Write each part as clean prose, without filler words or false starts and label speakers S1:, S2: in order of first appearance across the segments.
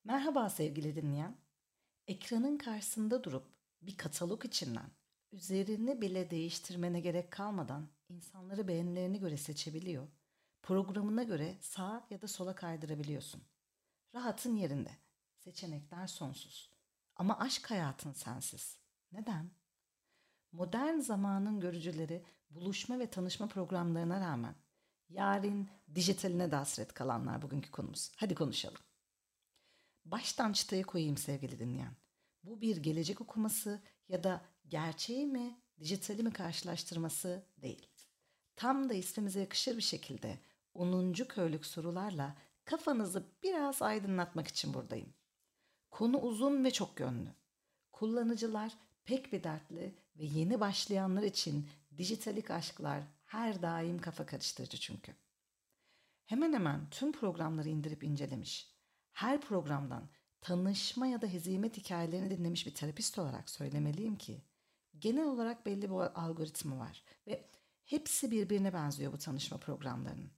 S1: Merhaba sevgili dinleyen. Ekranın karşısında durup bir katalog içinden üzerini bile değiştirmene gerek kalmadan insanları beğenilerine göre seçebiliyor, programına göre sağa ya da sola kaydırabiliyorsun. Rahatın yerinde, seçenekler sonsuz. Ama aşk hayatın sensiz. Neden? Modern zamanın görücüleri buluşma ve tanışma programlarına rağmen yarın dijitaline de hasret kalanlar bugünkü konumuz. Hadi konuşalım. Baştan çıtaya koyayım sevgili dinleyen. Bu bir gelecek okuması ya da gerçeği mi, dijitali mi karşılaştırması değil. Tam da ismimize yakışır bir şekilde 10. köylük sorularla kafanızı biraz aydınlatmak için buradayım. Konu uzun ve çok yönlü. Kullanıcılar pek bir dertli ve yeni başlayanlar için dijitalik aşklar her daim kafa karıştırıcı çünkü. Hemen hemen tüm programları indirip incelemiş, her programdan tanışma ya da hezimet hikayelerini dinlemiş bir terapist olarak söylemeliyim ki genel olarak belli bir algoritma var ve hepsi birbirine benziyor bu tanışma programlarının.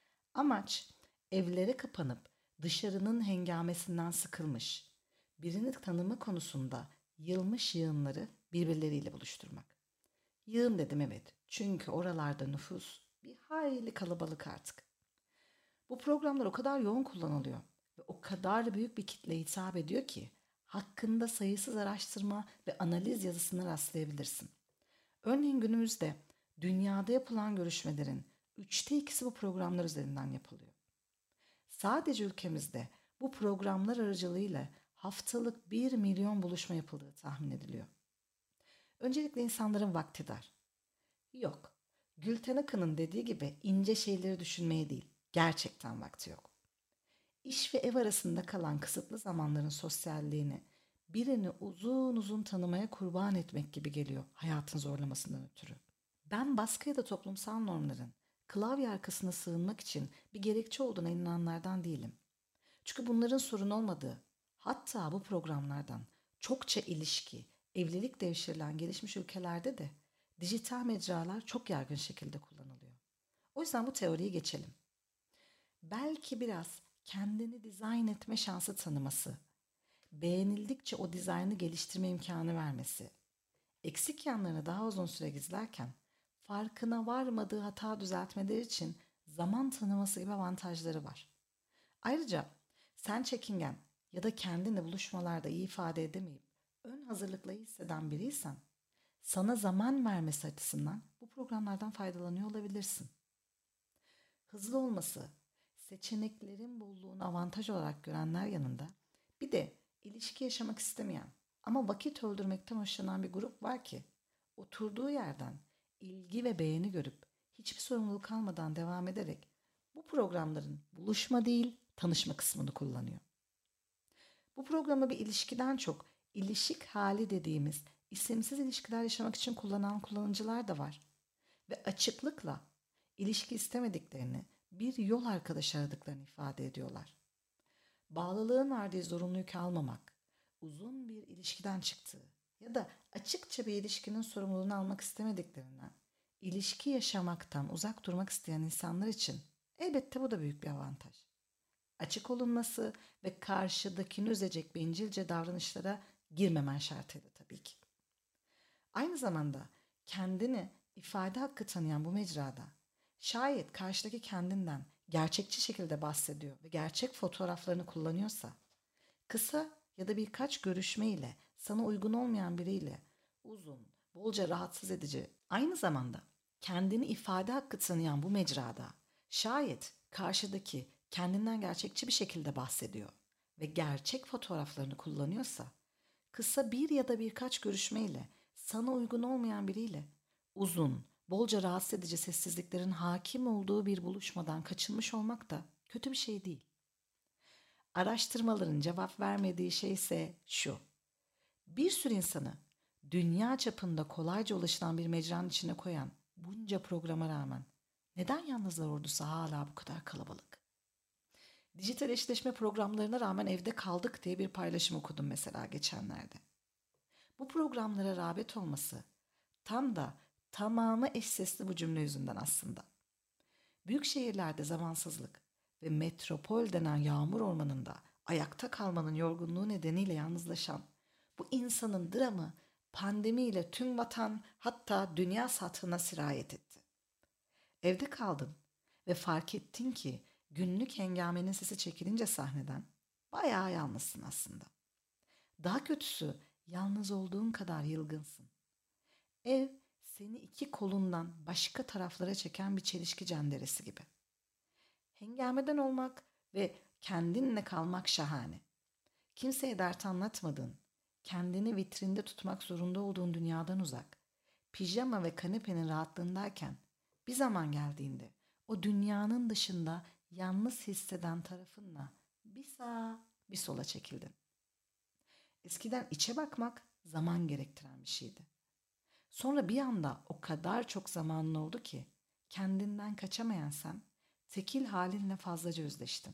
S1: Amaç evlere kapanıp dışarının hengamesinden sıkılmış, birini tanıma konusunda yılmış yığınları birbirleriyle buluşturmak. Yığın dedim evet çünkü oralarda nüfus bir hayli kalabalık artık. Bu programlar o kadar yoğun kullanılıyor ve o kadar büyük bir kitleye hitap ediyor ki hakkında sayısız araştırma ve analiz yazısına rastlayabilirsin. Örneğin günümüzde dünyada yapılan görüşmelerin 2/3 bu programlar üzerinden yapılıyor. Sadece ülkemizde bu programlar aracılığıyla haftalık 1 milyon buluşma yapıldığı tahmin ediliyor. Öncelikle insanların vakti dar. Yok. Gülten Akın'ın dediği gibi ince şeyleri düşünmeye değil, gerçekten vakti yok. İş ve ev arasında kalan kısıtlı zamanların sosyalliğini birini uzun uzun tanımaya kurban etmek gibi geliyor hayatın zorlamasından ötürü. Ben baskı ya da toplumsal normların klavye arkasına sığınmak için bir gerekçe olduğuna inananlardan değilim. Çünkü bunların sorun olmadığı, hatta bu programlardan çokça ilişki, evlilik devşirilen gelişmiş ülkelerde de dijital mecralar çok yaygın şekilde kullanılıyor. O yüzden bu teoriyi geçelim. Belki biraz kendini dizayn etme şansı tanıması, beğenildikçe o dizaynı geliştirme imkanı vermesi, eksik yanlarını daha uzun süre gizlerken farkına varmadığı hata düzeltmeleri için zaman tanıması gibi avantajları var. Ayrıca sen çekingen ya da kendini buluşmalarda iyi ifade edemeyip ön hazırlıkla hisseden biriysen sana zaman vermesi açısından bu programlardan faydalanıyor olabilirsin. Hızlı olması, seçeneklerin bolluğunu avantaj olarak görenler yanında bir de ilişki yaşamak istemeyen ama vakit öldürmekten hoşlanan bir grup var ki oturduğu yerden ilgi ve beğeni görüp hiçbir sorumluluk almadan devam ederek bu programların buluşma değil tanışma kısmını kullanıyor. Bu programı bir ilişkiden çok ilişik hali dediğimiz isimsiz ilişkiler yaşamak için kullanan kullanıcılar da var. Ve açıklıkla ilişki istemediklerini, bir yol arkadaşı aradıklarını ifade ediyorlar. Bağlılığın verdiği zorunlu yükü almamak, uzun bir ilişkiden çıktığı ya da açıkça bir ilişkinin sorumluluğunu almak istemediklerinden, ilişki yaşamaktan uzak durmak isteyen insanlar için elbette bu da büyük bir avantaj. Açık olunması ve karşıdakini üzecek bencilce davranışlara girmemen şartıyla tabii ki. Aynı zamanda kendini ifade hakkı tanıyan bu mecrada şayet karşıdaki kendinden gerçekçi şekilde bahsediyor ve gerçek fotoğraflarını kullanıyorsa kısa ya da birkaç görüşme ile sana uygun olmayan biriyle uzun, bolca rahatsız edici, aynı zamanda kendini ifade hakkı tanıyan bu mecrada şayet karşıdaki kendinden gerçekçi bir şekilde bahsediyor ve gerçek fotoğraflarını kullanıyorsa kısa bir ya da birkaç görüşmeyle sana uygun olmayan biriyle uzun, bolca rahatsız edici sessizliklerin hakim olduğu bir buluşmadan kaçınmış olmak da kötü bir şey değil. Araştırmaların cevap vermediği şey ise şu. Bir sürü insanı dünya çapında kolayca ulaşılan bir mecranın içine koyan bunca programa rağmen neden yalnızlar ordusu hala bu kadar kalabalık? Dijital eşleşme programlarına rağmen evde kaldık diye bir paylaşım okudum mesela geçenlerde. Bu programlara rağbet olması tam da tamamı eş sesli bu cümle yüzünden aslında. Büyük şehirlerde zamansızlık ve metropol denen yağmur ormanında ayakta kalmanın yorgunluğu nedeniyle yalnızlaşan bu insanın dramı pandemiyle tüm vatan hatta dünya sathına sirayet etti. Evde kaldın ve fark ettin ki günlük hengamenin sesi çekilince sahneden bayağı yalnızsın aslında. Daha kötüsü yalnız olduğun kadar yılgınsın. Ev seni iki kolundan başka taraflara çeken bir çelişki cenderesi gibi. Hengameden olmak ve kendinle kalmak şahane. Kimseye dert anlatmadığın, kendini vitrinde tutmak zorunda olduğun dünyadan uzak, pijama ve kanepenin rahatlığındayken bir zaman geldiğinde o dünyanın dışında yalnız hisseden tarafınla bir sağa bir sola çekildin. Eskiden içe bakmak zaman gerektiren bir şeydi. Sonra bir anda o kadar çok zamanın oldu ki kendinden kaçamayan sen tekil halinle fazlaca özleştin.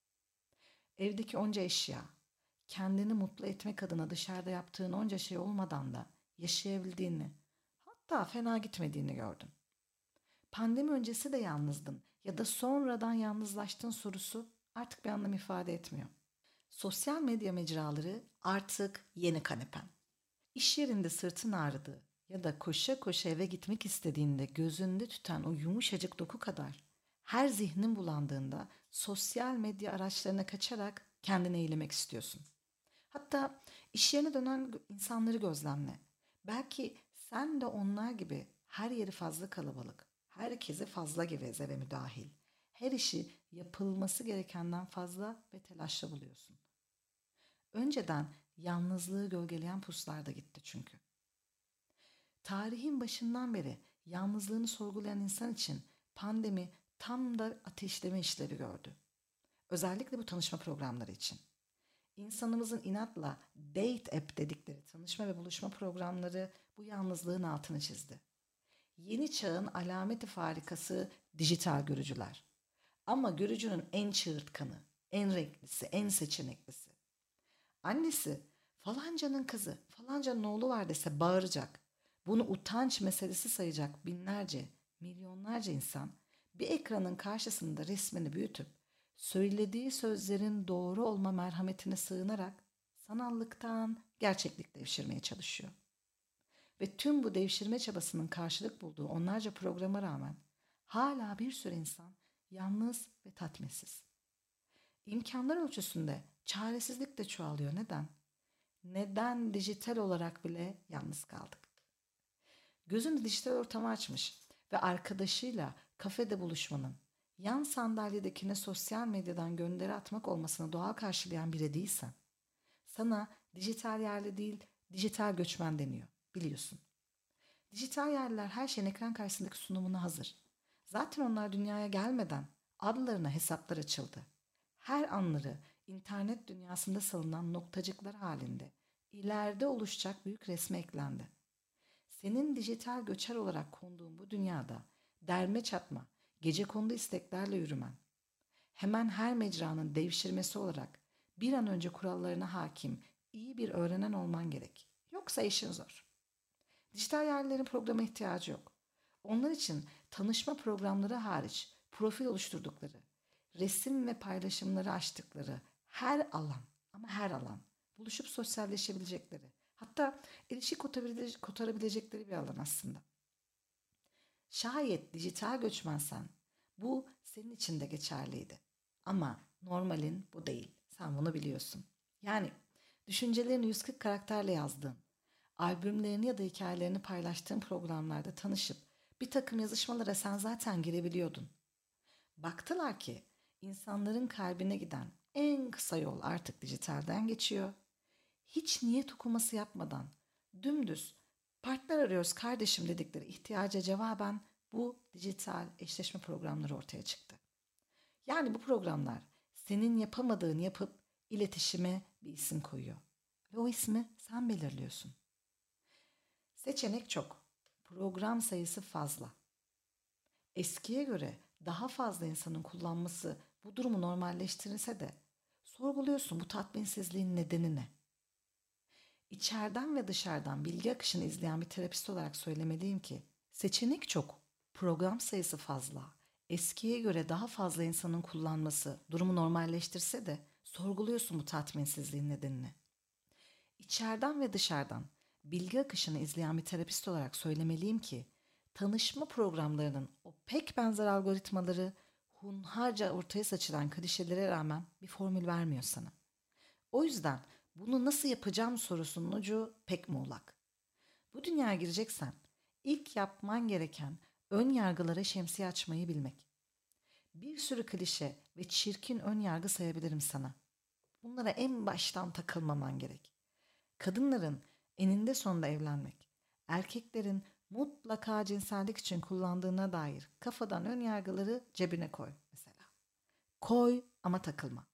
S1: Evdeki onca eşya, kendini mutlu etmek adına dışarıda yaptığın onca şey olmadan da yaşayabildiğini, hatta fena gitmediğini gördün. Pandemi öncesi de yalnızdın ya da sonradan yalnızlaştın sorusu artık bir anlam ifade etmiyor. Sosyal medya mecraları artık yeni kanepen. İş yerinde sırtın ağrıdığı ya da koşa koşa eve gitmek istediğinde gözünde tüten o yumuşacık doku kadar her zihnin bulandığında sosyal medya araçlarına kaçarak kendini eğlemek istiyorsun. Hatta iş yerine dönen insanları gözlemle. Belki sen de onlar gibi her yeri fazla kalabalık, herkese fazla geveze ve müdahil, her işi yapılması gerekenden fazla ve telaşla buluyorsun. Önceden yalnızlığı gölgeleyen puslar da gitti çünkü. Tarihin başından beri yalnızlığını sorgulayan insan için pandemi tam da ateşleme işlevi gördü. Özellikle bu tanışma programları için. İnsanımızın inatla date app dedikleri tanışma ve buluşma programları bu yalnızlığın altını çizdi. Yeni çağın alameti farikası dijital görücüler. Ama görücünün en çığırtkanı, en renklisi, en seçeneklisi. Annesi falancanın kızı, falancanın oğlu var dese bağıracak. Bunu utanç meselesi sayacak binlerce, milyonlarca insan bir ekranın karşısında resmini büyütüp söylediği sözlerin doğru olma merhametine sığınarak sanallıktan gerçeklik devşirmeye çalışıyor. Ve tüm bu devşirme çabasının karşılık bulduğu onlarca programa rağmen hala bir sürü insan yalnız ve tatminsiz. İmkanlar ölçüsünde çaresizlik de çoğalıyor. Neden? Neden dijital olarak bile yalnız kaldık? Gözünü dijital ortama açmış ve arkadaşıyla kafede buluşmanın yan sandalyedekine sosyal medyadan gönderi atmak olmasını doğal karşılayan biri değilsen, sana dijital yerli değil, dijital göçmen deniyor, biliyorsun. Dijital yerliler her şeyin ekran karşısındaki sunumuna hazır. Zaten onlar dünyaya gelmeden adlarına hesaplar açıldı. Her anları internet dünyasında salınan noktacıklar halinde ileride oluşacak büyük resme eklendi. Senin dijital göçer olarak konduğun bu dünyada derme çatma, gecekondu isteklerle yürümen, hemen her mecranın devşirmesi olarak bir an önce kurallarına hakim, iyi bir öğrenen olman gerek. Yoksa işin zor. Dijital yerlilerin programa ihtiyacı yok. Onlar için tanışma programları hariç profil oluşturdukları, resim ve paylaşımları açtıkları her alan ama her alan buluşup sosyalleşebilecekleri, hatta ilişki kotarabilecekleri bir alan aslında. Şayet dijital göçmensen bu senin için de geçerliydi. Ama normalin bu değil. Sen bunu biliyorsun. Yani düşüncelerini 140 karakterle yazdığın, albümlerini ya da hikayelerini paylaştığın programlarda tanışıp bir takım yazışmalara sen zaten girebiliyordun. Baktılar ki insanların kalbine giden en kısa yol artık dijitalden geçiyor. Hiç niyet okuması yapmadan dümdüz partner arıyoruz kardeşim dedikleri ihtiyaca cevaben bu dijital eşleşme programları ortaya çıktı. Yani bu programlar senin yapamadığını yapıp iletişime bir isim koyuyor. Ve o ismi sen belirliyorsun. Seçenek çok. Program sayısı fazla. Eskiye göre daha fazla insanın kullanması bu durumu normalleştirirse de sorguluyorsun bu tatminsizliğin nedeni ne? İçeriden ve dışarıdan bilgi akışını izleyen bir terapist olarak söylemeliyim ki seçenek çok, program sayısı fazla, eskiye göre daha fazla insanın kullanması durumu normalleştirse de Sorguluyorsun bu tatminsizliğin nedenini. İçeriden ve dışarıdan bilgi akışını izleyen bir terapist olarak söylemeliyim ki tanışma programlarının o pek benzer algoritmaları hunharca ortaya saçılan klişelere rağmen bir formül vermiyor sana. O yüzden bunu nasıl yapacağım sorusunun ucu pek muğlak. Bu dünyaya gireceksen ilk yapman gereken ön yargılara şemsiye açmayı bilmek. Bir sürü klişe ve çirkin ön yargı sayabilirim sana. Bunlara en baştan takılmaman gerek. Kadınların eninde sonunda evlenmek, erkeklerin mutlaka cinsellik için kullandığına dair kafadan ön yargıları cebine koy mesela. Koy ama takılma.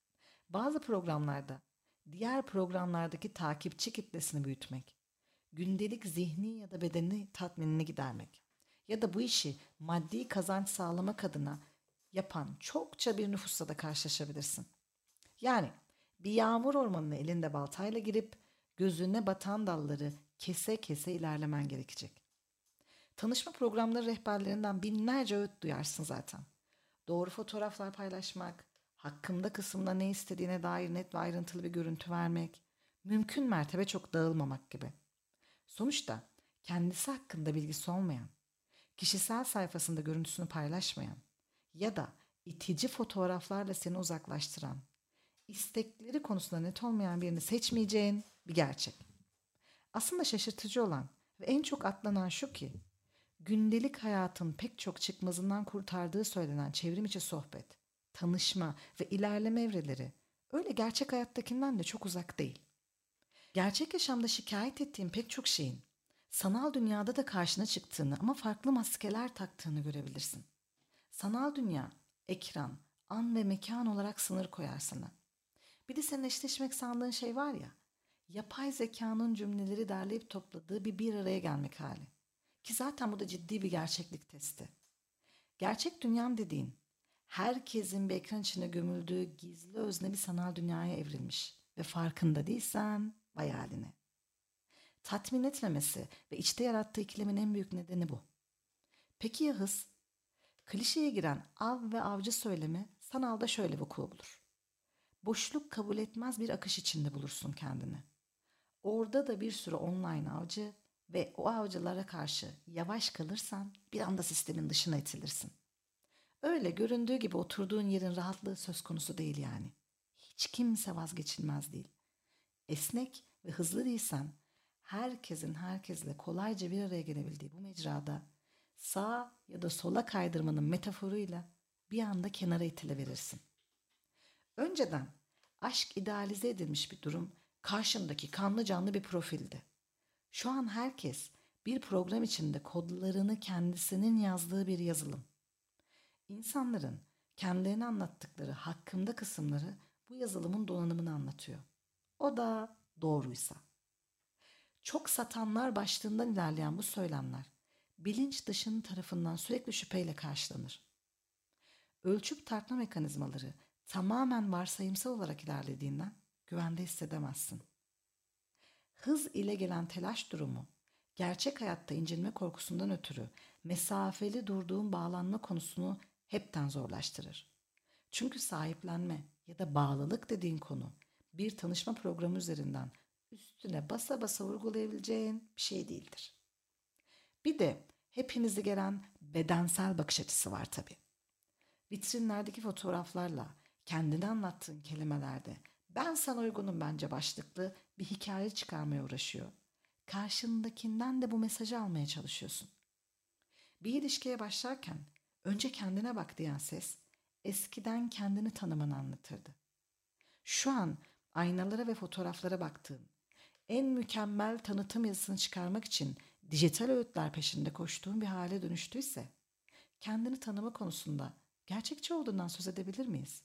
S1: Bazı programlarda diğer programlardaki takipçi kitlesini büyütmek, gündelik zihni ya da bedeni tatminini gidermek ya da bu işi maddi kazanç sağlamak adına yapan çokça bir nüfusla da karşılaşabilirsin. Yani bir yağmur ormanına elinde baltayla girip gözüne batan dalları kese kese ilerlemen gerekecek. Tanışma programları rehberlerinden binlerce öğüt duyarsın zaten. Doğru fotoğraflar paylaşmak, hakkında kısmında ne istediğine dair net ve ayrıntılı bir görüntü vermek, mümkün mertebe çok dağılmamak gibi. Sonuçta kendisi hakkında bilgisi olmayan, kişisel sayfasında görüntüsünü paylaşmayan ya da itici fotoğraflarla seni uzaklaştıran, istekleri konusunda net olmayan birini seçmeyeceğin bir gerçek. Aslında şaşırtıcı olan ve en çok atlanan şu ki, gündelik hayatın pek çok çıkmazından kurtardığı söylenen çevrim içi sohbet, tanışma ve ilerleme evreleri öyle gerçek hayattakinden de çok uzak değil. Gerçek yaşamda şikayet ettiğin pek çok şeyin sanal dünyada da karşına çıktığını ama farklı maskeler taktığını görebilirsin. Sanal dünya, ekran, an ve mekan olarak sınır koyar sana. Bir de senin eşleşmek sandığın şey var ya, yapay zekanın cümleleri derleyip topladığı bir araya gelmek hali. Ki zaten bu da ciddi bir gerçeklik testi. Gerçek dünyam dediğin, herkesin bir ekran içine gömüldüğü gizli özne bir sanal dünyaya evrilmiş ve farkında değilsen vay haline. Tatmin etmemesi ve içte yarattığı ikilemin en büyük nedeni bu. Peki ya hız? Klişeye giren av ve avcı söylemi sanalda şöyle vuku bulur. Boşluk kabul etmez bir akış içinde bulursun kendini. Orada da bir sürü online avcı ve o avcılara karşı yavaş kalırsan bir anda sistemin dışına itilirsin. Öyle göründüğü gibi oturduğun yerin rahatlığı söz konusu değil yani. Hiç kimse vazgeçilmez değil. Esnek ve hızlı değilsen herkesin herkesle kolayca bir araya gelebildiği bu mecrada sağa ya da sola kaydırmanın metaforuyla bir anda kenara itileverirsin. Önceden aşk idealize edilmiş bir durum, karşındaki kanlı canlı bir profildi. Şu an herkes bir program içinde kodlarını kendisinin yazdığı bir yazılım. İnsanların kendilerini anlattıkları hakkında kısımları bu yazılımın donanımını anlatıyor. O da doğruysa. Çok satanlar başlığından ilerleyen bu söylemler bilinç dışının tarafından sürekli şüpheyle karşılanır. Ölçüp tartma mekanizmaları tamamen varsayımsal olarak ilerlediğinden güvende hissedemezsin. Hız ile gelen telaş durumu, gerçek hayatta incinme korkusundan ötürü mesafeli durduğun bağlanma konusunu hepten zorlaştırır. Çünkü sahiplenme ya da bağlılık dediğin konu bir tanışma programı üzerinden üstüne basa basa vurgulayabileceğin bir şey değildir. Bir de hepinizi gelen bedensel bakış açısı var tabii. Vitrinlerdeki fotoğraflarla kendini anlattığın kelimelerde ben sana uygunum bence başlıklı bir hikaye çıkarmaya uğraşıyor. Karşındakinden de bu mesajı almaya çalışıyorsun. Bir ilişkiye başlarken önce kendine bak diyen ses eskiden kendini tanımanı anlatırdı. Şu an aynalara ve fotoğraflara baktığın, en mükemmel tanıtım yazısını çıkarmak için dijital öğütler peşinde koştuğun bir hale dönüştüyse, kendini tanıma konusunda gerçekçi olduğundan söz edebilir miyiz?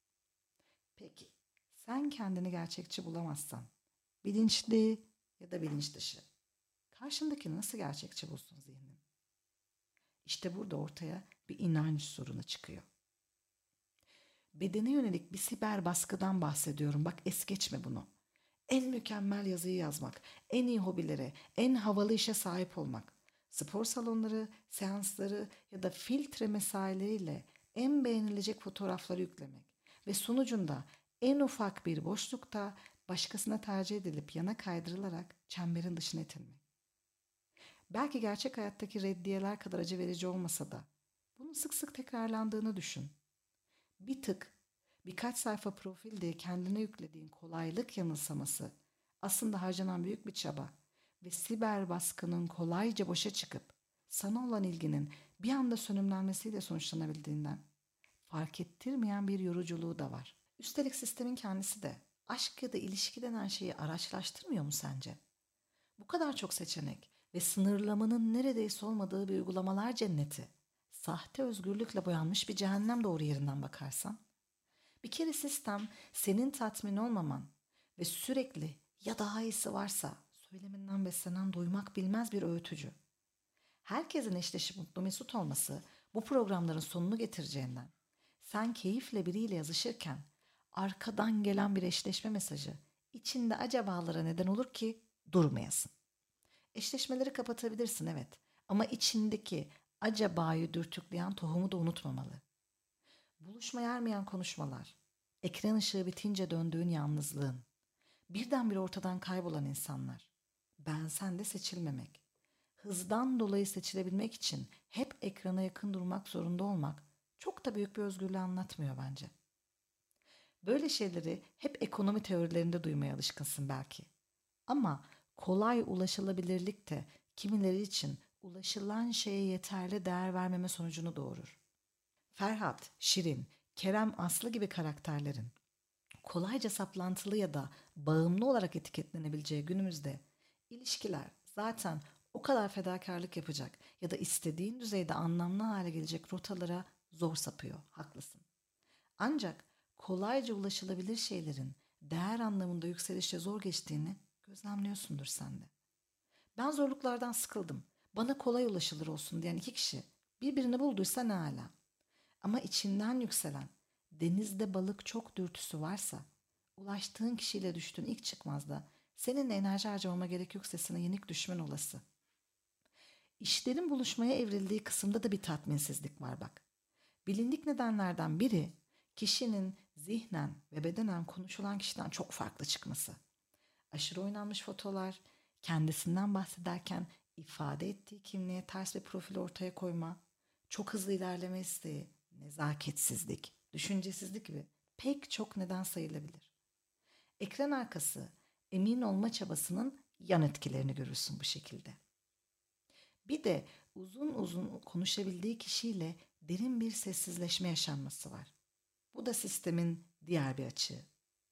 S1: Peki, sen kendini gerçekçi bulamazsan, bilinçli ya da bilinç dışı, karşındakini nasıl gerçekçi bulsun zihnin? İşte burada ortaya bir inanç sorunu çıkıyor. Bedene yönelik bir siber baskıdan bahsediyorum. Bak es geçme bunu. En mükemmel yazıyı yazmak, en iyi hobilere, en havalı işe sahip olmak, spor salonları, seansları ya da filtre mesaileriyle en beğenilecek fotoğrafları yüklemek ve sonucunda En ufak bir boşlukta başkasına tercih edilip yana kaydırılarak çemberin dışına itilmek. Belki gerçek hayattaki reddiyeler kadar acı verici olmasa da bunun sık sık tekrarlandığını düşün. Bir tık, birkaç sayfa profil diye kendine yüklediğin kolaylık yanılsaması aslında harcanan büyük bir çaba ve siber baskının kolayca boşa çıkıp sana olan ilginin bir anda sönümlenmesiyle sonuçlanabildiğinden fark ettirmeyen bir yoruculuğu da var. Üstelik sistemin kendisi de aşk ya da ilişki denen şeyi araçlaştırmıyor mu sence? Bu kadar çok seçenek ve sınırlamanın neredeyse olmadığı bir uygulamalar cenneti, sahte özgürlükle boyanmış bir cehennem doğru yerinden bakarsan. Bir kere sistem senin tatmin olmaman ve sürekli ya daha iyisi varsa söyleminden beslenen doymak bilmez bir öğütücü. Herkesin eşleşip mutlu mesut olması bu programların sonunu getireceğinden sen keyifle biriyle yazışırken arkadan gelen bir eşleşme mesajı içinde acabalara neden olur ki durmayasın. Eşleşmeleri kapatabilirsin, evet, ama içindeki acabayı dürtükleyen tohumu da unutmamalı. Buluşmaya ermeyen konuşmalar, ekran ışığı bitince döndüğün yalnızlığın, birdenbire ortadan kaybolan insanlar, ben sende seçilmemek, hızdan dolayı seçilebilmek için hep ekrana yakın durmak zorunda olmak çok da büyük bir özgürlüğü anlatmıyor bence. Böyle şeyleri hep ekonomi teorilerinde duymaya alışkınsın belki. Ama kolay ulaşılabilirlik de kimileri için ulaşılan şeye yeterli değer vermeme sonucunu doğurur. Ferhat, Şirin, Kerem Aslı gibi karakterlerin kolayca saplantılı ya da bağımlı olarak etiketlenebileceği günümüzde ilişkiler zaten o kadar fedakarlık yapacak ya da istediğin düzeyde anlamlı hale gelecek rotalara zor sapıyor. Haklısın. Ancak kolayca ulaşılabilir şeylerin değer anlamında yükselişe zor geçtiğini gözlemliyorsundur sen de. Ben zorluklardan sıkıldım. Bana kolay ulaşılır olsun diyen iki kişi birbirini bulduysa ne âlâ. Ama içinden yükselen, denizde balık çok dürtüsü varsa, ulaştığın kişiyle düştüğün ilk çıkmazda seninle enerji harcamama gerek yok sesine yenik düşmen olası. İşlerin buluşmaya evrildiği kısımda da bir tatminsizlik var bak. Bilindik nedenlerden biri kişinin zihnen ve bedenen konuşulan kişiden çok farklı çıkması. Aşırı oynanmış fotolar, kendisinden bahsederken ifade ettiği kimliğe ters bir profil ortaya koyma, çok hızlı ilerleme isteği, nezaketsizlik, düşüncesizlik gibi pek çok neden sayılabilir. Ekran arkası emin olma çabasının yan etkilerini görürsün bu şekilde. Bir de uzun uzun konuşabildiği kişiyle derin bir sessizleşme yaşanması var. Bu da sistemin diğer bir açığı.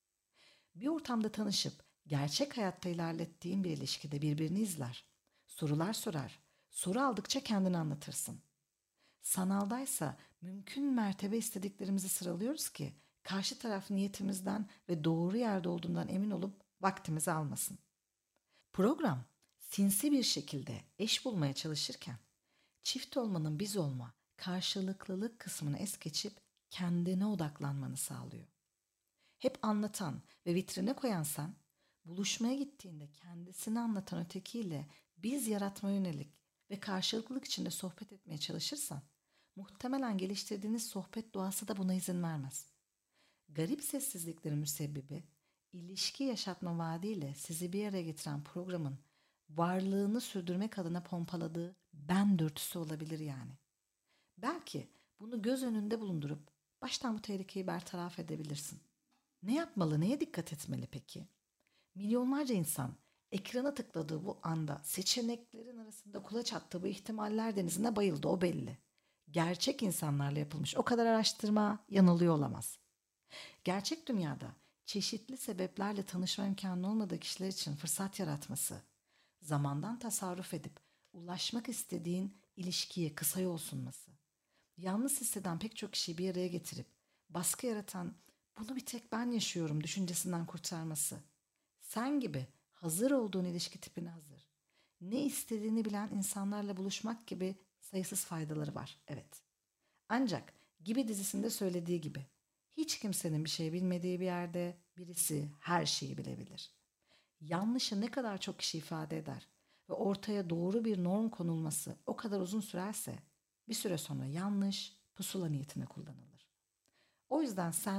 S1: Bir ortamda tanışıp gerçek hayatta ilerlettiğin bir ilişkide birbirini izler, sorular sorar, soru aldıkça kendini anlatırsın. Sanaldaysa mümkün mertebe istediklerimizi sıralıyoruz ki karşı taraf niyetimizden ve doğru yerde olduğundan emin olup vaktimizi almasın. Program sinsi bir şekilde eş bulmaya çalışırken çift olmanın biz olma, karşılıklılık kısmını es geçip kendine odaklanmanı sağlıyor. Hep anlatan ve vitrine koyan sen, buluşmaya gittiğinde kendisini anlatan ötekiyle biz yaratmaya yönelik ve karşılıklılık içinde sohbet etmeye çalışırsan, muhtemelen geliştirdiğiniz sohbet doğası da buna izin vermez. Garip sessizliklerin müsebbibi, ilişki yaşatma vaadiyle sizi bir araya getiren programın varlığını sürdürmek adına pompaladığı ben dürtüsü olabilir yani. Belki bunu göz önünde bulundurup baştan bu tehlikeyi bertaraf edebilirsin. Ne yapmalı, neye dikkat etmeli peki? Milyonlarca insan ekrana tıkladığı bu anda seçeneklerin arasında kulaç attığı bu ihtimaller denizine bayıldı, o belli. Gerçek insanlarla yapılmış o kadar araştırma yanılıyor olamaz. Gerçek dünyada çeşitli sebeplerle tanışma imkanı olmadığı kişiler için fırsat yaratması, zamandan tasarruf edip ulaşmak istediğin ilişkiye kısa yol sunması, yalnız hisseden pek çok kişiyi bir araya getirip baskı yaratan bunu bir tek ben yaşıyorum düşüncesinden kurtarması, sen gibi hazır olduğun ilişki tipine hazır, ne istediğini bilen insanlarla buluşmak gibi sayısız faydaları var, evet. Ancak Gibi dizisinde söylediği gibi hiç kimsenin bir şey bilmediği bir yerde birisi her şeyi bilebilir. Yanlışı ne kadar çok kişi ifade eder ve ortaya doğru bir norm konulması o kadar uzun sürerse bir süre sonra yanlış pusula niyetine kullanılır. O yüzden sen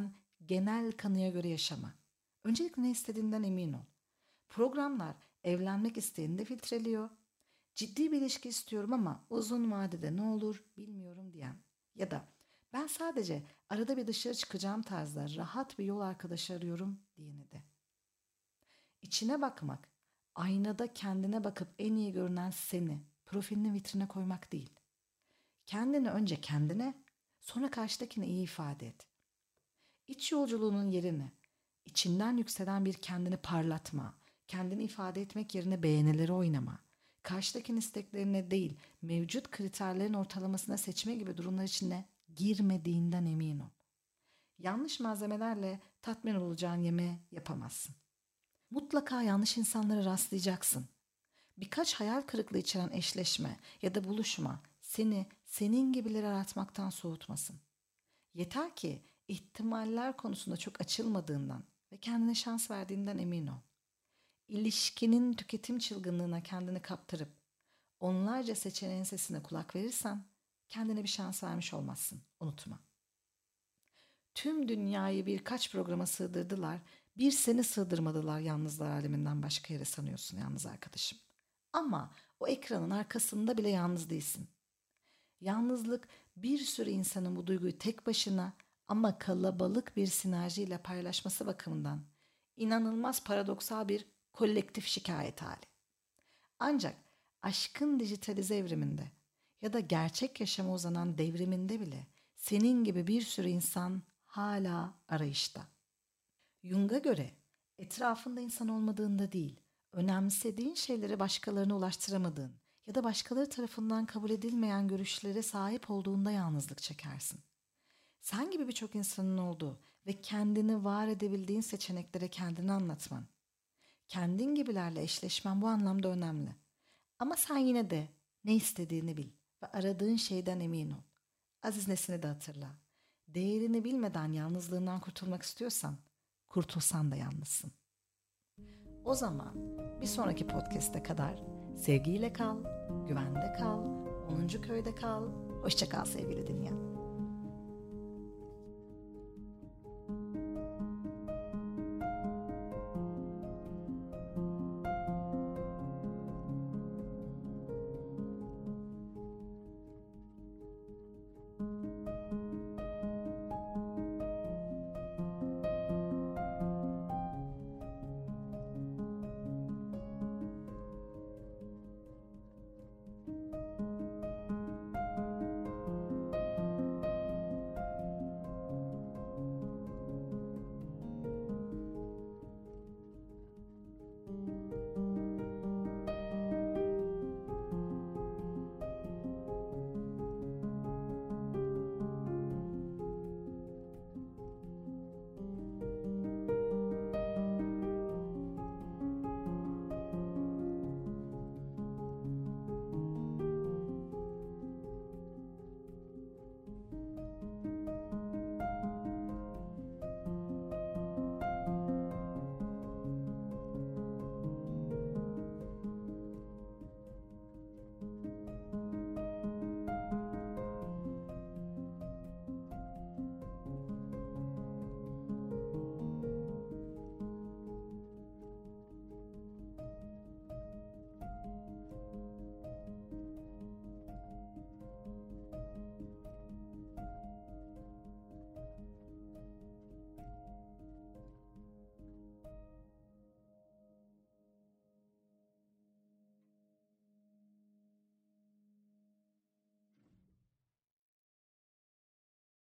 S1: genel kanıya göre yaşama. Öncelikle ne istediğinden emin ol. Programlar evlenmek isteyeni de filtreliyor. Ciddi bir ilişki istiyorum ama uzun vadede ne olur bilmiyorum diyen ya da ben sadece arada bir dışarı çıkacağım tarzda rahat bir yol arkadaşı arıyorum diyeni de. İçine bakmak, aynada kendine bakıp en iyi görünen seni profilini vitrine koymak değil. Kendini önce kendine, sonra karşıdakine iyi ifade et. İç yolculuğunun yerini, içinden yükselen bir kendini parlatma, kendini ifade etmek yerine beğenileri oynama, karşıdakinin isteklerine değil, mevcut kriterlerin ortalamasına seçme gibi durumlar içine girmediğinden emin ol. Yanlış malzemelerle tatmin olacağın yemeği yapamazsın. Mutlaka yanlış insanlara rastlayacaksın. Birkaç hayal kırıklığı içeren eşleşme ya da buluşma seni senin gibileri aratmaktan soğutmasın. Yeter ki ihtimaller konusunda çok açılmadığından ve kendine şans verdiğinden emin ol. İlişkinin tüketim çılgınlığına kendini kaptırıp onlarca seçeneğin sesine kulak verirsen kendine bir şans vermiş olmazsın. Unutma. Tüm dünyayı birkaç programa sığdırdılar. Bir seni sığdırmadılar yalnızlar aleminden başka yere sanıyorsun yalnız arkadaşım. Ama o ekranın arkasında bile yalnız değilsin. Yalnızlık bir sürü insanın bu duyguyu tek başına ama kalabalık bir sinerjiyle paylaşması bakımından inanılmaz paradoksal bir kolektif şikayet hali. Ancak aşkın dijitalize evriminde ya da gerçek yaşama uzanan devriminde bile senin gibi bir sürü insan hala arayışta. Jung'a göre etrafında insan olmadığında değil, önemsediğin şeyleri başkalarına ulaştıramadığın ya da başkaları tarafından kabul edilmeyen görüşlere sahip olduğunda yalnızlık çekersin. Sen gibi birçok insanın olduğu ve kendini var edebildiğin seçeneklere kendini anlatman, kendin gibilerle eşleşmen bu anlamda önemli. Ama sen yine de ne istediğini bil ve aradığın şeyden emin ol. Aziz Nesin'i de hatırla. Değerini bilmeden yalnızlığından kurtulmak istiyorsan, kurtulsan da yalnızsın. O zaman bir sonraki podcast'e kadar sevgiyle kal, güvende kal, 10. köyde kal, hoşça kal sevgili dinleyen.